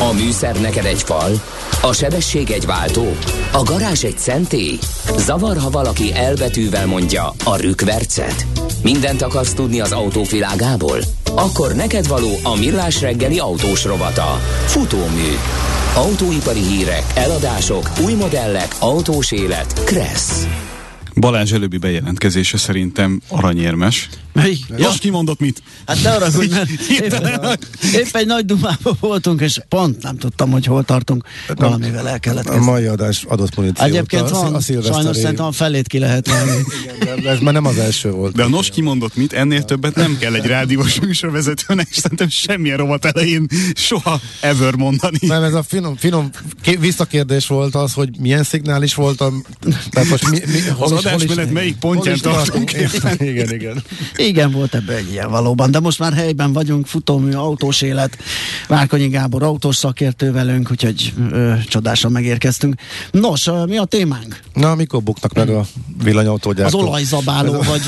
A műszer neked egy fal, a sebesség egy váltó, a garázs egy szentély. Zavar, ha valaki elbetűvel mondja a rükvercet. Mindent akarsz tudni az autóvilágából? Akkor neked való a Millás reggeli autós rovata. Futómű. Autóipari hírek, eladások, új modellek, autós élet. Kressz. Balázs előbbi bejelentkezése szerintem aranyérmes. Most kimondott mit? Hát ne arra, hogy mert épp egy nagy dumában voltunk, és pont nem tudtam, hogy hol tartunk. Valamivel el kellett kezdeni. A mai adás adott muníciót. Egyébként van, sajnos szerintem a felét ki lehet venni. De ez már nem az első volt. De a nos kimondott mit, ennél többet nem kell egy rádiós műsorvezetőnek, és szerintem semmilyen rovat elején soha ever mondani. Nem, ez a finom visszakérdés volt az, hogy milyen szignális volt tehát most az adásmenet melyik pontján tartunk. Igen. Igen, volt ebben egy ilyen valóban, de most már helyben vagyunk, futómű, autós élet, Várkonyi Gábor autós szakértő velünk, úgyhogy csodásan megérkeztünk. Nos, mi a témánk? Na, mikor buknak meg a villanyautógyártók? Az olajzabáló, vagy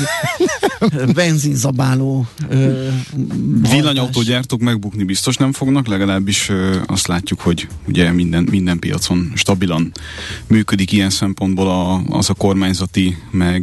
benzinzabáló villanyautógyártók megbukni biztos nem fognak, legalábbis azt látjuk, hogy ugye minden piacon stabilan működik ilyen szempontból az a kormányzati,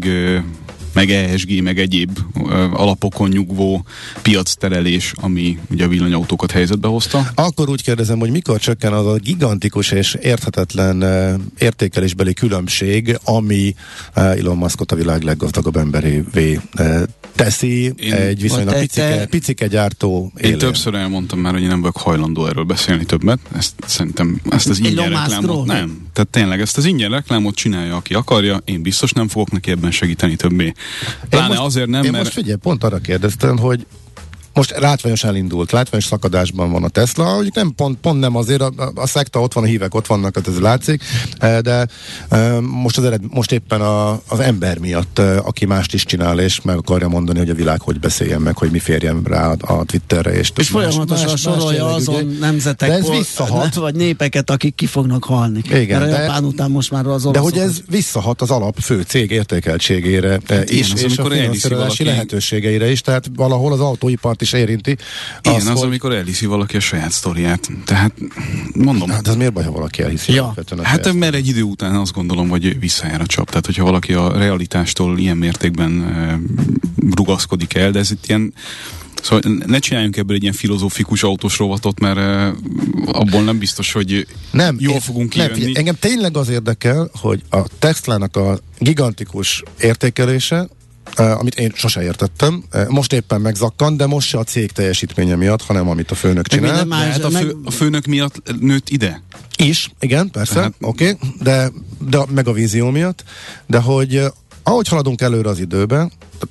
meg ESG, meg egyéb alapokon nyugvó piacterelés, ami ugye a villanyautókat helyzetbe hozta. Akkor úgy kérdezem, hogy mikor csökken az a gigantikus és érthetetlen értékelésbeli különbség, ami Elon Muskot a világ leggazdagabb emberévé teszi egy viszonylag picike gyártó élén. Én többször elmondtam már, hogy én nem vagyok hajlandó erről beszélni többet. Szerintem ezt az ingyen reklámot nem. Tehát tényleg ezt az ingyen reklámot csinálja, aki akarja. Én biztos nem fogok neki ebben segíteni többé. Pláne azért nem, most figyelj, pont arra kérdeztem, hogy most látványos elindult, látványos szakadásban van a Tesla, hogy nem pont nem azért, a szekta ott van, a hívek ott vannak, ez látszik, de most éppen az ember miatt, aki mást is csinál, és meg akarja mondani, hogy a világ hogy beszéljen meg, hogy mi férjen rá a Twitterre. És folyamatosan sorolja azon nemzetek, vagy népeket, akik ki fognak halni. Igen, mert a Japán után most már az oroszok. De hogy ez visszahat az alap fő cég értékeltségére is, és a finanszírozási lehetőségeire is, tehát valahol az autóipart is érinti. Igen, az, amikor elhiszi valaki a saját sztoriát. Tehát mondom. Hát ez miért baj, ha valaki elhiszi? Ja. Hát mert egy idő után azt gondolom, hogy visszajár a csap. Tehát, hogyha valaki a realitástól ilyen mértékben rugaszkodik el, de ez itt ilyen. Szóval ne csináljunk ebből egy ilyen filozófikus autós rovatot, mert abból nem biztos, hogy jól fogunk kijönni. Engem tényleg az érdekel, hogy a Teslának a gigantikus értékelése, amit én sose értettem, most éppen megzakkant, de most se a cég teljesítménye miatt, hanem amit a főnök csinál. A főnök miatt nőtt ide? Is, igen, persze, oké, de meg a vízió miatt, de hogy ahogy haladunk előre az időben,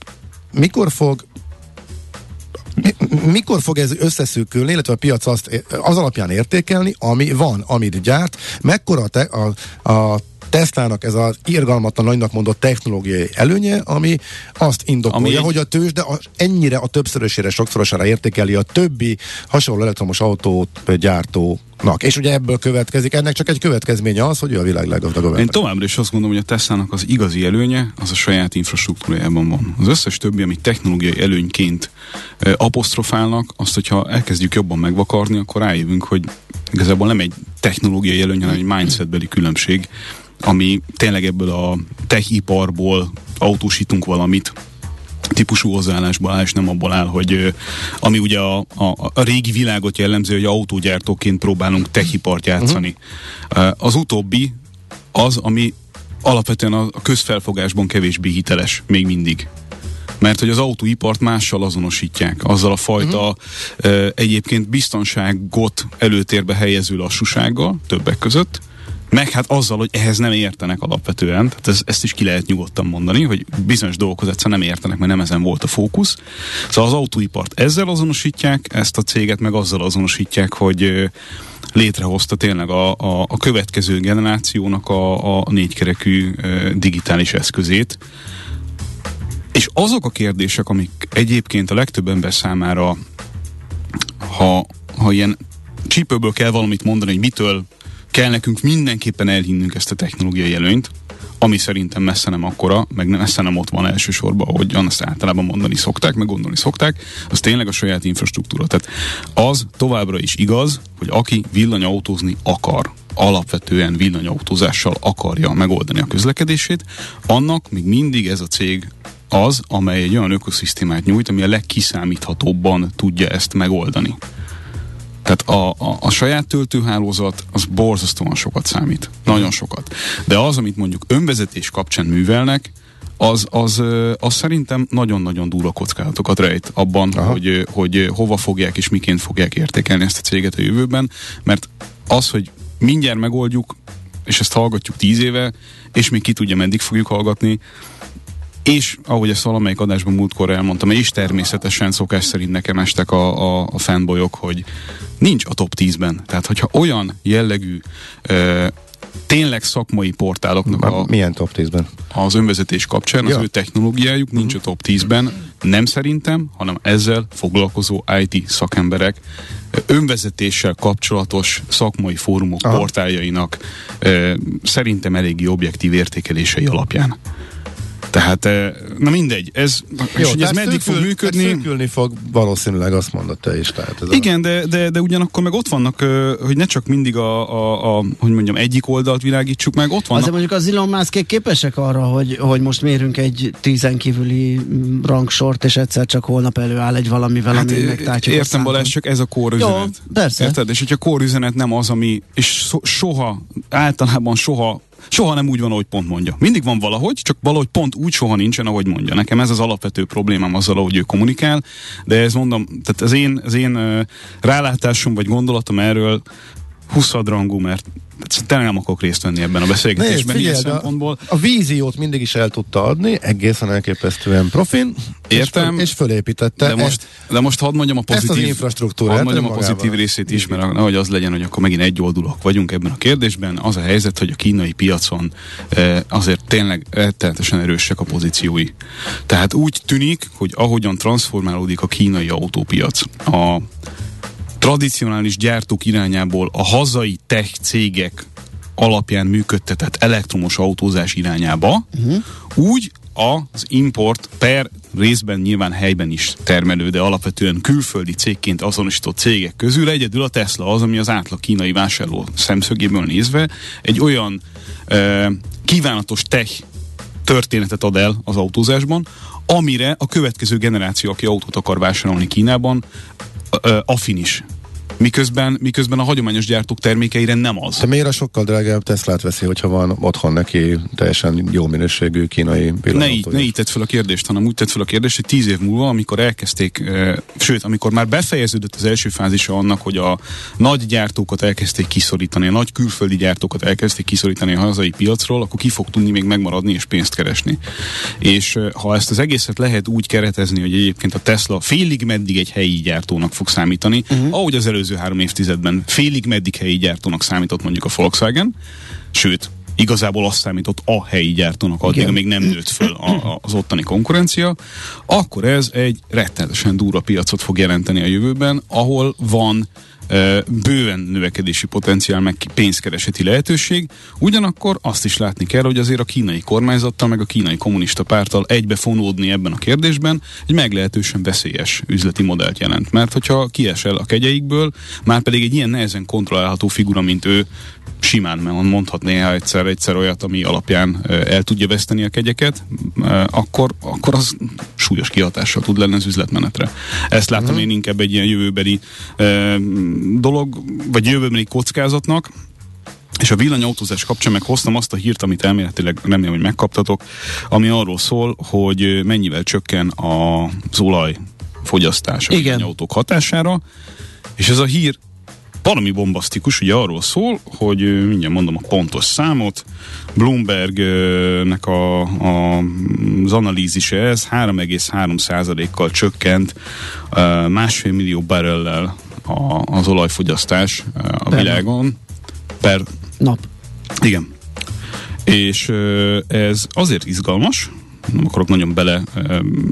mikor fog ez összeszűkülni, illetve a piac az alapján értékelni, ami van, amit gyárt, mekkora a Teslának ez az irgalmatlan nagynak mondott technológiai előnye, ami azt indokolja, hogy a tőzsde ennyire a többszörösére, sokszorosára értékeli a többi hasonló elektromos autót gyártónak. És ugye ebből következik, ennek csak egy következménye az, hogy ő a világ leggazdagabb ember. Én továbbra is azt gondolom, hogy a Teslának az igazi előnye az a saját infrastruktúrájában van. Az összes többi, amit technológiai előnyként apostrofálnak, azt, hogyha elkezdjük jobban megvakarni, akkor rájövünk, hogy igazából nem egy technológiai előny, hanem egy mindsetbeli különbség, ami tényleg ebből a techiparból autósítunk valamit típusú hozzáállásból áll, és nem abból áll, hogy ami ugye a régi világot jellemző, hogy autógyártóként próbálunk techipart játszani. Az utóbbi az, ami alapvetően a közfelfogásban kevésbé hiteles még mindig. Mert hogy az autóipart mással azonosítják, azzal a fajta egyébként biztonságot előtérbe helyező lassúsággal, többek között, meg hát azzal, hogy ehhez nem értenek alapvetően, tehát ezt is ki lehet nyugodtan mondani, hogy bizonyos dolgokhoz egyszerűen nem értenek, mert nem ezen volt a fókusz. Szóval az autóipart ezzel azonosítják, ezt a céget meg azzal azonosítják, hogy létrehozta tényleg a következő generációnak a négykerekű digitális eszközét. És azok a kérdések, amik egyébként a legtöbb ember számára, ha ilyen csípőből kell valamit mondani, hogy mitől kell nekünk mindenképpen elhinnünk ezt a technológiai előnyt, ami szerintem messze nem akkora, meg messze nem ott van elsősorban, ahogyan azt általában mondani szokták, meg gondolni szokták, az tényleg a saját infrastruktúra. Tehát az továbbra is igaz, hogy aki villanyautózni akar, alapvetően villanyautózással akarja megoldani a közlekedését, annak még mindig ez a cég az, amely egy olyan ökoszisztémát nyújt, ami a legkiszámíthatóbban tudja ezt megoldani. Tehát a saját töltőhálózat az borzasztóan sokat számít. Nagyon sokat. De az, amit mondjuk önvezetés kapcsán művelnek, az szerintem nagyon-nagyon durva kockázatokat rejt abban, hogy hova fogják és miként fogják értékelni ezt a céget a jövőben, mert az, hogy mindjárt megoldjuk, és ezt hallgatjuk 10 éve, és még ki tudja, meddig fogjuk hallgatni, és ahogy ezt valamelyik adásban múltkor elmondtam, és természetesen szokás szerint nekem estek a fanboyok, hogy nincs a top 10-ben. Tehát, hogyha olyan jellegű tényleg szakmai portáloknak milyen top 10-ben? Az önvezetés kapcsán, az ő technológiájuk nincs a top 10-ben, nem szerintem, hanem ezzel foglalkozó IT szakemberek önvezetéssel kapcsolatos szakmai fórumok portáljainak szerintem eléggé objektív értékelései alapján. Tehát, na mindegy, ez meddig fog működni? Szűkülni fog, valószínűleg azt mondod te is. Tehát ez igen, de ugyanakkor meg ott vannak, hogy ne csak mindig hogy mondjam, egyik oldalt világítsuk meg, ott vannak. Azért mondjuk az Elon Muskék képesek arra, hogy most mérünk egy 10 kívüli rangsort, és egyszer csak holnap előáll egy valamivel, ami megtártjuk. Értem, Balázs, csak ez a core üzenet. Jó, persze. Érted? És hogyha core üzenet nem az, ami, és általában soha nem úgy van, ahogy pont mondja. Mindig van valahogy, csak valahogy pont úgy soha nincsen, ahogy mondja. Nekem ez az alapvető problémám azzal, ahogy ő kommunikál, de ez mondom, tehát az én rálátásom vagy gondolatom erről 20-rangú, mert tényleg nem akarok részt venni ebben a beszélgetésben ilyen szempontból. A víziót mindig is el tudta adni, egészen elképesztően profin, értem, és fölépítette. De most hadd mondjam a pozitív részét is, mert nehogy az legyen, hogy akkor megint egyoldalúak vagyunk ebben a kérdésben. Az a helyzet, hogy a kínai piacon azért tényleg rettenetesen erősek a pozíciói. Tehát úgy tűnik, hogy ahogyan transformálódik a kínai autópiac, a tradicionális gyártók irányából a hazai tech cégek alapján működtetett elektromos autózás irányába, úgy az import per részben nyilván helyben is termelő, de alapvetően külföldi cégként azonosított cégek közül egyedül a Tesla az, ami az átlag kínai vásárló szemszögéből nézve egy olyan kívánatos tech történetet ad el az autózásban, amire a következő generáció, aki autót akar vásárolni Kínában, affin is. Miközben a hagyományos gyártók termékeire nem az. De miért a sokkal drágább Teslát veszi, hogyha van otthon neki teljesen jó minőségű kínai villanyautó? Ne így tedd fel a kérdést, hanem úgy tedd fel a kérdést, hogy 10 év múlva, amikor elkezdték, amikor már befejeződött az első fázisa annak, hogy a nagy gyártókat elkezdték kiszorítani, a nagy külföldi gyártókat elkezdték kiszorítani a hazai piacról, akkor ki fog tudni még megmaradni és pénzt keresni. És ha ezt az egészet lehet úgy keretezni, hogy egyébként a Tesla félig meddig egy helyi gyártónak fog számítani, ahogy az előző 3 évtizedben félig meddig helyi gyártónak számított mondjuk a Volkswagen, sőt, igazából azt számított a helyi gyártónak addig, amíg nem nőtt föl az ottani konkurencia, akkor ez egy rettenetesen durva piacot fog jelenteni a jövőben, ahol van bőven növekedési potenciál, meg pénzkereseti lehetőség. Ugyanakkor azt is látni kell, hogy azért a kínai kormányzattal, meg a kínai kommunista párttal egybefonódni ebben a kérdésben egy meglehetősen veszélyes üzleti modellt jelent. Mert hogyha kiesel a kegyeikből, már pedig egy ilyen nehezen kontrollálható figura, mint ő, simán mondhat néha egyszer olyat, ami alapján el tudja veszteni a kegyeket, akkor az súlyos kihatással tud lenni az üzletmenetre. Ezt látom én inkább egy ilyen jövőbeli dolog, vagy jövőbeli kockázatnak, és a villanyautózás kapcsán meg hoztam azt a hírt, amit elméletileg remélem, hogy megkaptatok, ami arról szól, hogy mennyivel csökken az olajfogyasztás a villanyautók hatására, és ez a hír valami bombasztikus, ugye arról szól, hogy mindjárt mondom a pontos számot, Bloombergnek az analízise ez 3,3%-kal csökkent 1,5 millió barrellel az olajfogyasztás a világon per nap. Igen. És ez azért izgalmas, nem akarok nagyon bele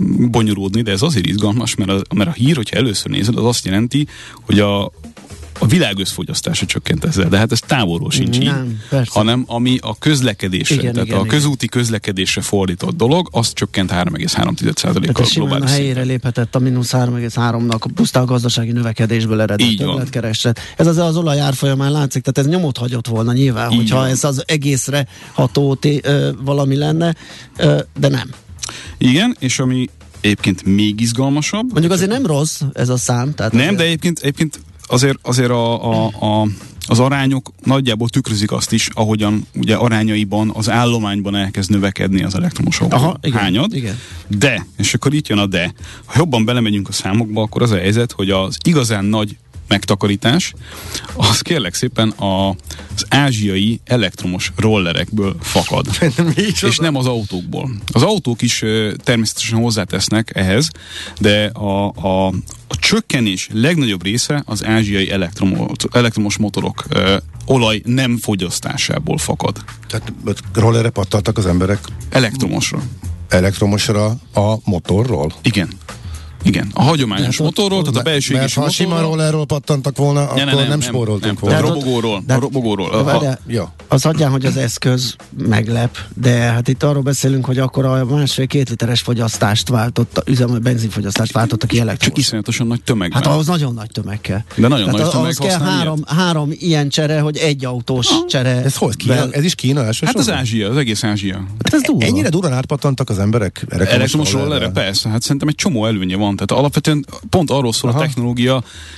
bonyolódni, de ez azért izgalmas, mert a hír, hogyha először nézed, az azt jelenti, hogy a világösszfogyasztása csökkent ezzel, de hát ez távolról sincs így, hanem ami a közlekedésre, tehát a közúti közlekedésre fordított dolog, az csökkent 3,3%-kal globális. A helyére léphetett a mínusz 3,3-nak pusztán a gazdasági növekedésből eredett többletkereslet. Ez az olajár folyamán látszik, tehát ez nyomot hagyott volna nyilván, így hogyha van. Ez az egészre ható valami lenne, de nem. Igen, és ami egyébként még izgalmasabb. Mondjuk azért nem rossz ez a szám. Tehát nem, de egyébként azért az arányok nagyjából tükrözik azt is, ahogyan ugye arányaiban az állományban elkezd növekedni az elektromos autó hányad. Igen. De, és akkor itt jön a de. Ha jobban belemegyünk a számokba, akkor az a helyzet, hogy az igazán nagy megtakarítás, az kérlek szépen az ázsiai elektromos rollerekből fakad. És nem az autókból. Az autók is természetesen hozzátesznek ehhez, de a csökkenés legnagyobb része az ázsiai elektromos motorok olaj nem fogyasztásából fakad. Tehát rollerre pattaltak az emberek? Elektromosra. Elektromosra a motorról? Igen, a hagyományos motorról, tehát a belső égésű motorról. Ha sima rollerről pattantak volna, akkor nem spóroltunk volna. A robogóról. Az adján, hogy az eszköz meglep, de hát itt arról beszélünk, hogy akkor a 1,5-2 literes fogyasztást váltott, benzinfogyasztást váltottak ki elektromos. Csak iszonyatosan nagy tömegben. Hát ahhoz nagyon nagy tömeg kell. De nagyon nagy tömeg kell három ilyen csere, hogy egy autós csere. Ez hol? Kína? Ez is Kína elsősorban? Hát az Ázsia, az egész Ázsia. Hát ez durva. Ennyire durván átpattantak az emberek elektromos rollerre? Persze, hát szerintem egy csomó előnye van. Tehát alapvetően pont arról szól a technológia,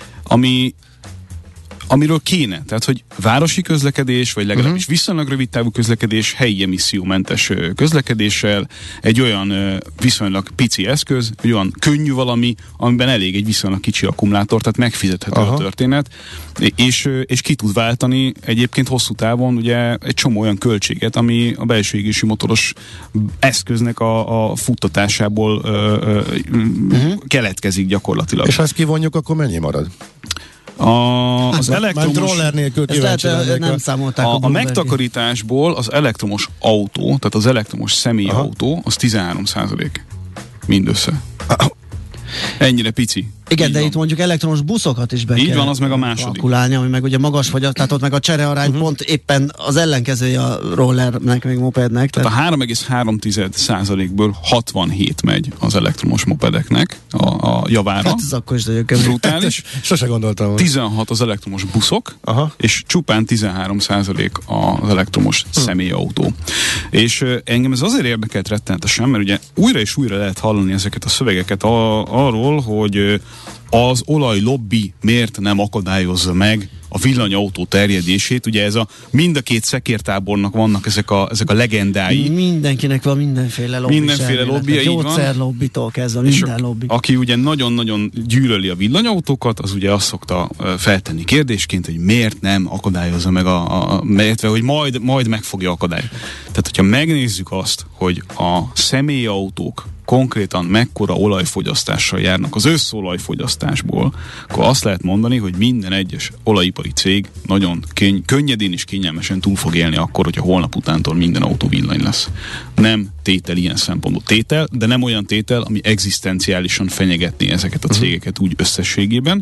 amiről kéne. Tehát, hogy városi közlekedés, vagy legalábbis viszonylag rövid távú közlekedés, helyi emissziómentes közlekedéssel, egy olyan viszonylag pici eszköz, egy olyan könnyű valami, amiben elég egy viszonylag kicsi akkumulátor, tehát megfizethető a történet, és ki tud váltani egyébként hosszú távon ugye egy csomó olyan költséget, ami a belső égésű motoros eszköznek a futtatásából keletkezik gyakorlatilag. És ha ezt kivonjuk, akkor mennyi marad? Az elektromos roller nélkül nem számolták a megtakarításból az elektromos autó, tehát az elektromos személyautó, az 13% mindössze. Ennyire pici. Igen, de itt mondjuk elektromos buszokat is be így kell van, az meg a második. kalkulálni, ami meg ugye magas fogyaszt, tehát ott meg a cserearány pont éppen az ellenkezője a rollernek, meg mopednek. Tehát a 3,3%-ből 67 megy az elektromos mopedeknek a javára. Hát ez akkor is nagyon kemény. Brutális. Sose gondoltam. 16 az elektromos buszok, és csupán 13% az elektromos személyautó. És engem ez azért érdekelt rettenetesen, mert ugye újra és újra lehet hallani ezeket a szövegeket arról, hogy az olajlobby miért nem akadályozza meg a villanyautó terjedését. Ugye ez mind a két szekértábornak vannak ezek a legendái. Mindenkinek van mindenféle lobby. Mindenféle lobbija, így van. Gyógyszerlobbitól kezdve minden lobby. Aki ugye nagyon-nagyon gyűlöli a villanyautókat, az ugye azt szokta feltenni kérdésként, hogy miért nem akadályozza meg illetve hogy majd meg fogja akadályozni. Tehát, hogyha megnézzük azt, hogy a személyautók konkrétan mekkora olajfogyasztással járnak az összolajfogyasztásból, akkor azt lehet mondani, hogy minden egyes olajipari cég nagyon könnyedén és kényelmesen túl fog élni akkor, hogyha holnap utántól minden autó villany lesz. Nem tétel ilyen szempontból. Tétel, de nem olyan tétel, ami egzisztenciálisan fenyegetné ezeket a cégeket úgy összességében.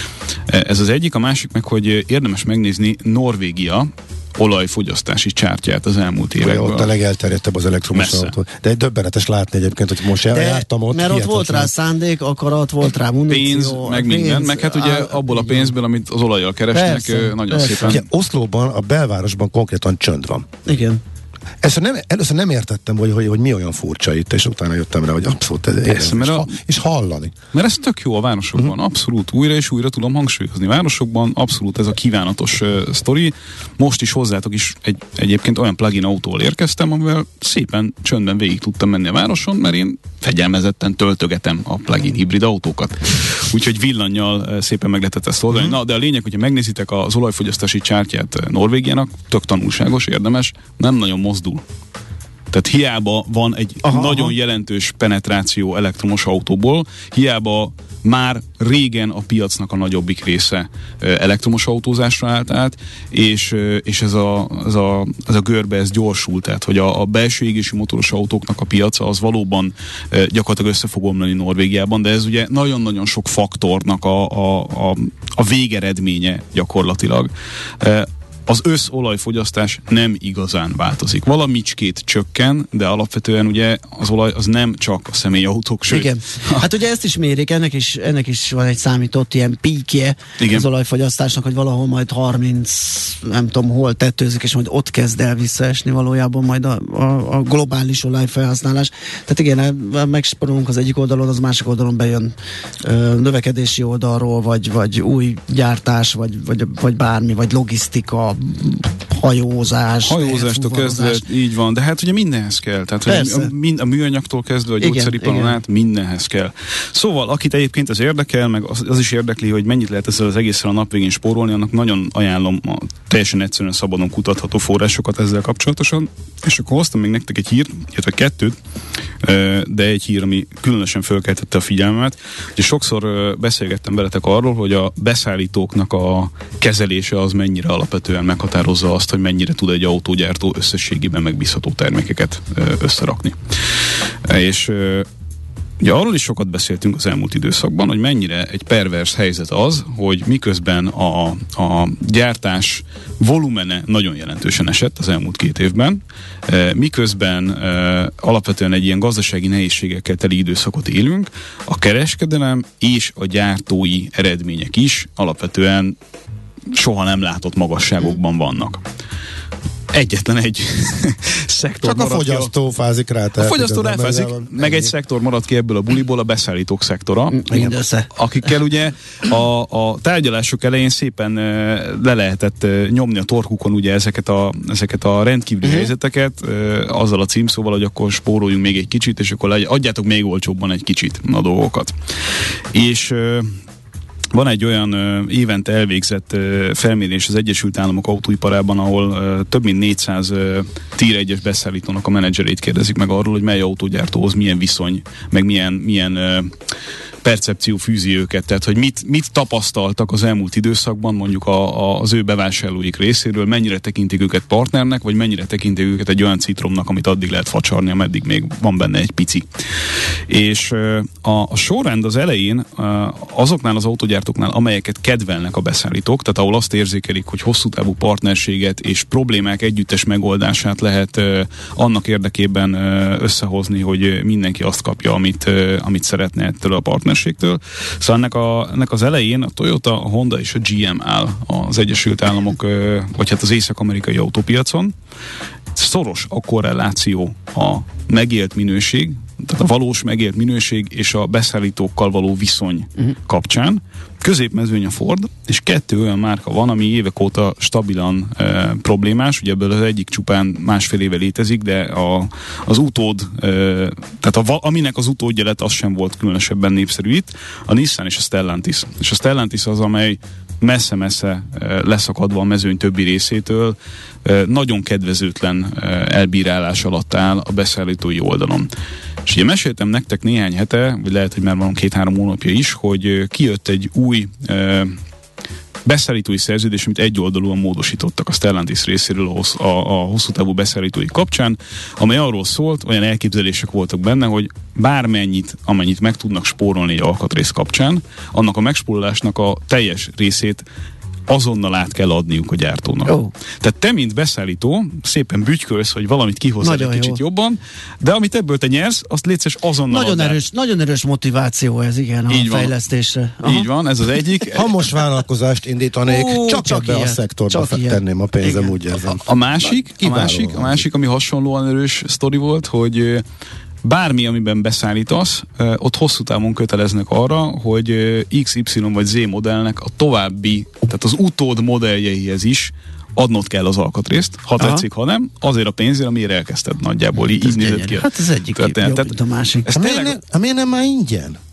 Ez az egyik, a másik meg, hogy érdemes megnézni Norvégia olajfogyasztási csártyát az elmúlt években. Ott a legelterjedtebb az elektromos autó. De döbbenetes látni egyébként, hogy most jártam ott. Mert ott volt rá szándék, akarat, volt rá muníció. Pénz, meg minden, meg hát ugye abból a pénzből, amit az olajjal keresnek, nagyon szépen. Ugye Oszlóban, a belvárosban konkrétan csönd van. Igen. Először nem értettem, hogy mi olyan furcsa itt, és utána jöttem rá, hogy abszolút és hallani. Mert ez tök jó a városokban, abszolút újra és újra tudom hangsúlyozni. Városokban abszolút ez a kívánatos sztori. Most is hozzátok is egyébként olyan plug-in autóval érkeztem, amivel szépen csöndben végig tudtam menni a városon, mert én fegyelmezetten töltögetem a plug-in hibrid autókat. Úgyhogy villannyal szépen meg lehetett ezt oldani. Na, de a lényeg, hogyha megnézitek az olajfogyasztási csártyát Norvégiának, tök tanulságos, érdemes, nem nagyon mozdul. Tehát hiába van egy nagyon jelentős penetráció elektromos autóból, hiába már régen a piacnak a nagyobbik része elektromos autózásra állt át, és ez a görbe ez gyorsult, tehát hogy a belső égésű motoros autóknak a piaca az valóban gyakorlatilag össze fog omlani Norvégiában, de ez ugye nagyon-nagyon sok faktornak a végeredménye gyakorlatilag. Az összolajfogyasztás nem igazán változik. Valamicskét csökken, de alapvetően ugye az olaj az nem csak a személyautók, sőt. Igen. Hát ugye ezt is mérik, ennek is van egy számított ilyen píkje az olajfogyasztásnak, hogy valahol majd 30, nem tudom hol tettőzik, és majd ott kezd el visszaesni valójában majd a globális olajfelhasználás. Tehát igen, megsporolunk az egyik oldalon, az másik oldalon bejön növekedési oldalról, vagy új gyártás, vagy bármi, vagy logisztika, hajózástól kezdve, így van, de hát ugye mindenhez kell, tehát a műanyagtól kezdve a gyógyszeriparon át mindenhez kell. Szóval, akit egyébként ez érdekel, meg az is érdekli, hogy mennyit lehet ezzel az egészen a nap végén spórolni, annak nagyon ajánlom a teljesen egyszerűen szabadon kutatható forrásokat ezzel kapcsolatosan, és akkor hoztam még nektek egy hírt, illetve kettőt, de egy hír, ami különösen fölkeltette a figyelmet. Ugye sokszor beszélgettem veletek arról, hogy a beszállítóknak a kezelése az mennyire alapvetően meghatározza azt, hogy mennyire tud egy autógyártó összességében megbízható termékeket összerakni. És ugye arról is sokat beszéltünk az elmúlt időszakban, hogy mennyire egy pervers helyzet az, hogy miközben a gyártás volumene nagyon jelentősen esett az elmúlt 2 évben, miközben alapvetően egy ilyen gazdasági nehézségekkel teli időszakot élünk, a kereskedelem és a gyártói eredmények is alapvetően soha nem látott magasságokban vannak. Egyetlen egy szektor csak a fogyasztó fázik rá. A fogyasztó ráfázik, meg egy szektor maradt ki ebből a buliból, a beszállítók szektora. Akikkel ugye a tárgyalások elején szépen le lehetett nyomni a torkukon ugye ezeket a rendkívüli helyzeteket, azzal a címszóval, hogy akkor spóroljunk még egy kicsit, és akkor adjátok még olcsóbban egy kicsit a dolgokat. És van egy olyan évente elvégzett felmérés az Egyesült Államok autóiparában, ahol több mint 400 Tier 1-es beszállítónak a menedzserét kérdezik meg arról, hogy mely autógyártóhoz milyen viszony, meg milyen percepció fűzi őket, tehát hogy mit tapasztaltak az elmúlt időszakban mondjuk az ő bevásárlóik részéről, mennyire tekintik őket partnernek, vagy mennyire tekintik őket egy olyan citromnak, amit addig lehet facsarni, ameddig még van benne egy pici. És a sorrend az elején azoknál az autógyártóknál, amelyeket kedvelnek a beszállítók, tehát ahol azt érzékelik, hogy hosszú távú partnerséget és problémák együttes megoldását lehet annak érdekében összehozni, hogy mindenki azt kapja, amit szeretne ettől a partnerségtől. Szóval ennek az elején a Toyota, a Honda és a GM áll az Egyesült Államok, vagy hát az észak-amerikai autópiacon. Szoros a korreláció a megélt minőség, tehát a valós megélt minőség és a beszállítókkal való viszony kapcsán. Középmezőny a Ford, és 2 olyan márka van, ami évek óta stabilan problémás, ugye ebből az egyik csupán 1,5 éve létezik, de az utód, tehát aminek az utódja lett, az sem volt különösebben népszerű itt, a Nissan és a Stellantis. És a Stellantis az, amely messze-messze leszakadva a mezőny többi részétől nagyon kedvezőtlen elbírálás alatt áll a beszállítói oldalon. És ugye meséltem nektek néhány hete, vagy lehet, hogy már van 2-3 hónapja is, hogy kijött egy új beszállítói szerződés, amit egyoldalúan módosítottak a Stellantis részéről a hosszú távú beszállítói kapcsán, amely arról szólt, olyan elképzelések voltak benne, hogy amennyit meg tudnak spórolni egy alkatrész kapcsán, annak a megspórolásnak a teljes részét azonnal át kell adniuk a gyártónak. Oh. Tehát te, mint beszállító, szépen bütykölsz, hogy valamit kihozzál egy kicsit jobban, de amit ebből te nyersz, azt létszés azonnal nagyon erős motiváció ez, igen, így a fejlesztésre. Aha. Így van, ez az egyik. Ha most vállalkozást indítanék, csak ebbe a szektorba tenném a pénzem, igen. Úgy érzem. A másik, ami hasonlóan erős sztori volt, hogy bármi, amiben beszállítasz, ott hosszú távon köteleznek arra, hogy XY vagy Z modellnek a további, tehát az utód modelljeihez is adnod kell az alkatrészt, ha tetszik, ha nem, azért a pénzért, amire elkezdted nagyjából. Így nézett ki. Hát ez egyik jobb, mint a másik. Miért nem már ingyen?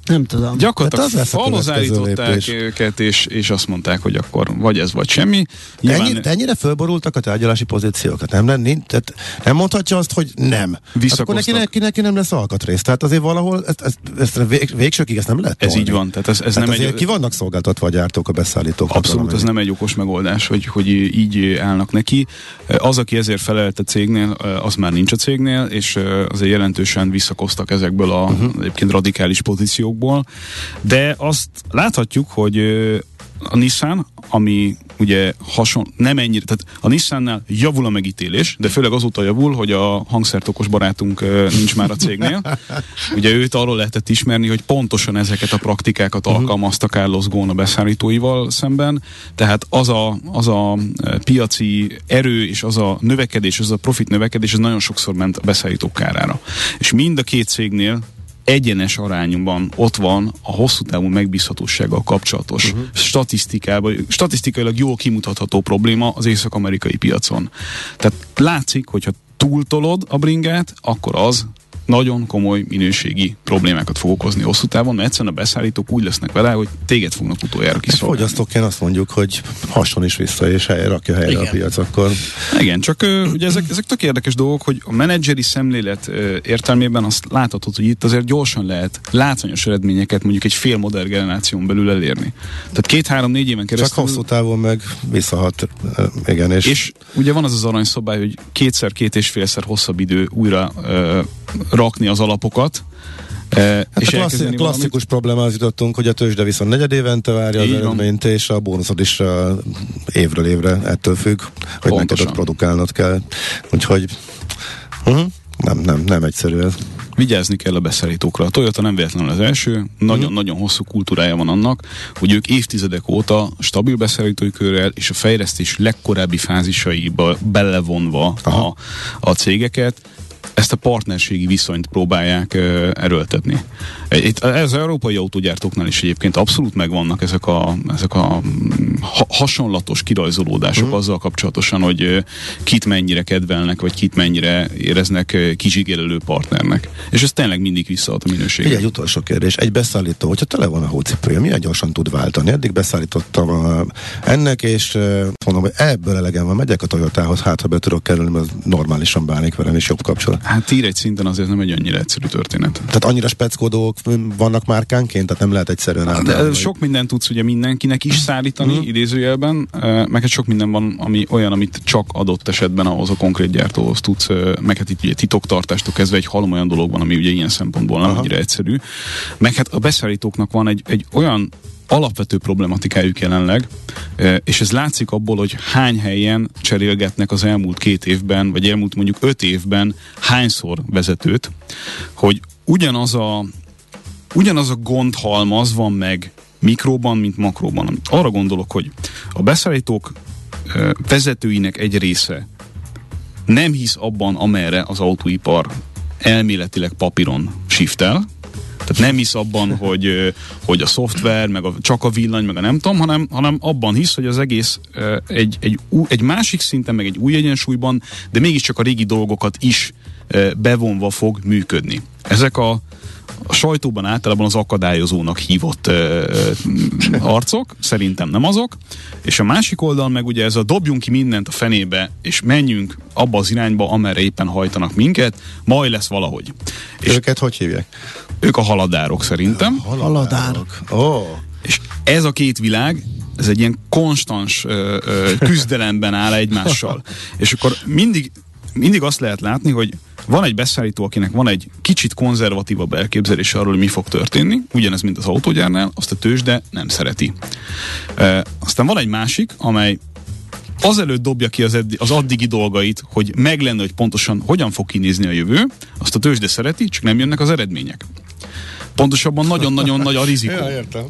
Nem tudom. Gyakorlatilag falhoz állították őket, és azt mondták, hogy akkor vagy ez, vagy semmi. Nyilván... De ennyire fölborultak a tárgyalási pozíciókat? Nem mondhatja azt, hogy nem. Hát akkor neki nem lesz alkatrész. Tehát azért valahol ezt végsőkig ezt nem lehet tolni. Ez így van. Tehát ez nem egy... ki vannak szolgáltatva a gyártók, a beszállítók. Abszolút, ez nem egy okos megoldás, hogy így állnak neki. Az, aki ezért felelt a cégnél, az már nincs a cégnél, és azért jelentősen visszakoztak ezekből a egyébként radikális pozíciókból. De azt láthatjuk, hogy a Nissan, ami ugye nem ennyire, tehát a Nissannál javul a megítélés, de főleg azóta javul, hogy a hangszertokos barátunk nincs már a cégnél. Ugye őt arról lehetett ismerni, hogy pontosan ezeket a praktikákat alkalmazta Carlos Ghosn a beszállítóival szemben, tehát az a piaci erő és az a növekedés, az a profit növekedés, ez nagyon sokszor ment a beszállítók kárára. És mind a két cégnél egyenes arányban ott van a hosszú távú megbízhatósággal kapcsolatos statisztikailag jól kimutatható probléma az észak-amerikai piacon. Tehát látszik, hogyha túltolod a bringát, akkor az nagyon komoly minőségi problémákat fog okozni hosszú távon, mert egyszerűen a beszállítók úgy lesznek vele, hogy téged fognak utoljára kiszolgálni. Fogyasztóként azt mondjuk, hogy hasson is vissza, és rakja helyre a piac, akkor... Igen, csak ugye ezek tök érdekes dolgok, hogy a menedzseri szemlélet értelmében azt láthatod, hogy itt azért gyorsan lehet látványos eredményeket mondjuk egy fél modern generáción belül elérni. Tehát 2-3-4 éven keresztül... Csak hosszú távon meg visszahat, igen. És ugye van az aranyszabály, hogy 2-2,5-szer hosszabb idő újra rakni az alapokat. Hát és a klasszikus problémához jutottunk, hogy a tőzsde viszont negyed évente várja az eredményt, és a bónuszod is évről évre ettől függ, hogy neked produkálnod kell. Úgyhogy nem egyszerű ez. Vigyázni kell a beszállítókra. A Toyota nem véletlenül az első, nagyon-nagyon hosszú kultúrája van annak, hogy ők évtizedek óta stabil beszállítói körrel és a fejlesztés legkorábbi fázisaiba belevonva a cégeket, ezt a partnerségi viszonyt próbálják erőltetni. Ez az európai autógyártóknál is egyébként abszolút megvannak ezek a hasonlatos kirajzolódások azzal kapcsolatosan, hogy kit mennyire kedvelnek, vagy kit mennyire éreznek kizsigerelő partnernek. És ez tényleg mindig visszaad a minőséget. Egy utolsó kérdés. Egy beszállító, hogyha tele van a hócipője, milyen gyorsan tud váltani? Eddig beszállítottam ennek, és mondom, hogy ebből elegem van, megyek a Toyotához, hát ha be tudok kerülni, mert normálisan bánik velem, és jobb kapcsolat. Hát ír egy szinten azért nem egy annyira egyszerű történet. Tehát annyira speckódók vannak márkánként, tehát nem lehet egyszerűen átadni. Sok mindent tudsz ugye mindenkinek is szállítani, idézőjelben, meg hát sok minden van, ami olyan, amit csak adott esetben ahhoz a konkrét gyártóhoz tudsz, meg hát itt ugye titoktartástól kezdve egy halom olyan dolog van, ami ugye ilyen szempontból nem annyira egyszerű. Meg hát a beszállítóknak van egy olyan alapvető problematikájuk jelenleg, és ez látszik abból, hogy hány helyen cserélgetnek az elmúlt 2 évben, vagy elmúlt mondjuk 5 évben hányszor vezetőt, hogy ugyanaz a gondhalmaz van meg mikróban, mint makróban. Arra gondolok, hogy a beszállítók vezetőinek egy része nem hisz abban, amerre az autóipar elméletileg papíron shiftel, tehát nem hisz abban, hogy a szoftver, meg csak a villany, meg a nem tudom, hanem abban hisz, hogy az egész egy másik szinten, meg egy új egyensúlyban, de mégiscsak a régi dolgokat is bevonva fog működni. Ezek a sajtóban általában az akadályozónak hívott arcok, szerintem nem azok, és a másik oldal meg ugye ez a dobjunk ki mindent a fenébe, és menjünk abba az irányba, amerre éppen hajtanak minket, majd lesz valahogy. És őket hogy hívják? Ők a haladárok szerintem. Haladárok. És ez a két világ, ez egy ilyen konstans küzdelemben áll egymással. És akkor mindig azt lehet látni, hogy van egy beszállító, akinek van egy kicsit konzervatívabb elképzelés arról, hogy mi fog történni, ugyanez, mint az autógyárnál, azt a tőzsde nem szereti. Aztán van egy másik, amely azelőtt dobja ki az addigi dolgait, hogy meglenne, hogy pontosan hogyan fog kinézni a jövő, azt a tőzsde szereti, csak nem jönnek az eredmények. Pontosabban nagyon-nagyon nagy a rizikó. Ja, értem.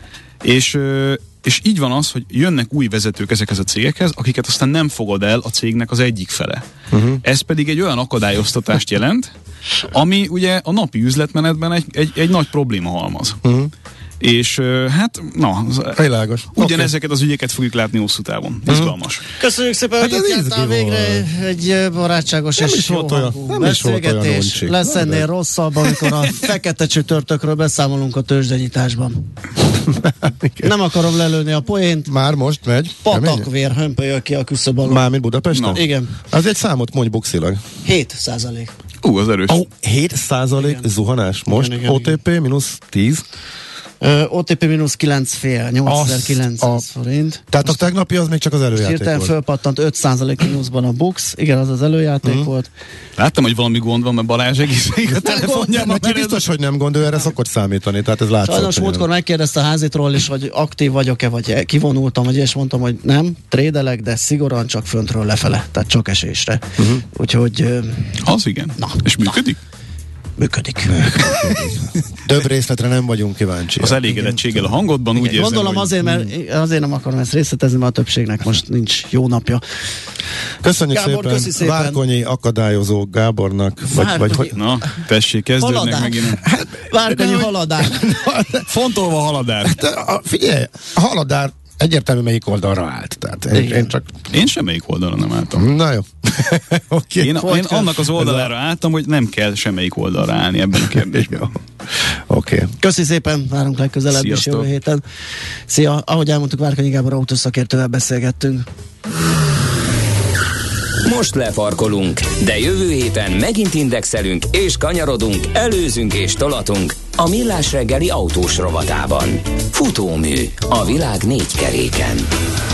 És így van az, hogy jönnek új vezetők ezekhez a cégekhez, akiket aztán nem fogad el a cégnek az egyik fele. Ez pedig egy olyan akadályoztatást jelent, ami ugye a napi üzletmenetben egy nagy probléma halmaz. És hát, na, világos. Ugyanezeket az ügyeket fogjuk látni hosszú távon. Izgalmas. Köszönjük szépen, hogy itt jártál végre egy barátságos és jó hangú beszélgetés. Lesz ennél rosszabb, amikor a fekete csütörtökről beszámolunk a tőzsdenyításban. Nem akarom lelőni a poént. Már most megy. Patakvér hömpölyöl ki a küszöb alól. Mármint Budapesten? No. Igen. Az egy számot mondj buxilag. 7%. Az erős. 7% zuhanás most? Igen, OTP mínusz 10? OTP mínusz 9,5, 8900 forint. Tehát a tegnapi az még csak az előjáték hirtelen volt. fölpattant 5% mínuszban a Bux. Igen, az az előjáték volt. Láttam, hogy valami gond van, mert Balázs egész a telefonjában. Neki biztos, hogy nem gond, ő erre szokott számítani, tehát ez látszott. Sajnos múltkor megkérdezte a házitról is, hogy aktív vagyok-e, vagy kivonultam, vagy és mondtam, hogy nem, trédelek, de szigorúan csak föntről lefele, tehát csak esésre. Úgyhogy... Az igen. És működik? Működik. Több részletre nem vagyunk kíváncsi. Az elégedettséggel a hangodban úgy érzem, gondolom hogy... azért, mert azért nem akarom ezt részletezni, mert a többségnek most nincs jó napja. Köszönjük Gábor, szépen Várkonyi akadályozó Gábornak. Vagy... Na, tessék, kezdődnek megint. Várkonyi haladár. Fontolva haladár. Figyelj, a haladár egyértelmű melyik oldalra állt. Tehát én semmelyik oldalra nem álltam. Na jó. Okay. Én annak az oldalára álltam, hogy nem kell semmelyik oldalra állni ebben a kérdésben. Okay. Köszi szépen, várunk legközelebb is jövő héten. Szia, ahogy elmondtuk, Várkonyi Gábor autószakértővel beszélgettünk. Most lefarkolunk, de jövő héten megint indexelünk és kanyarodunk, előzünk és tolatunk a Millás reggeli autós rovatában. Futómű a világ 4 keréken.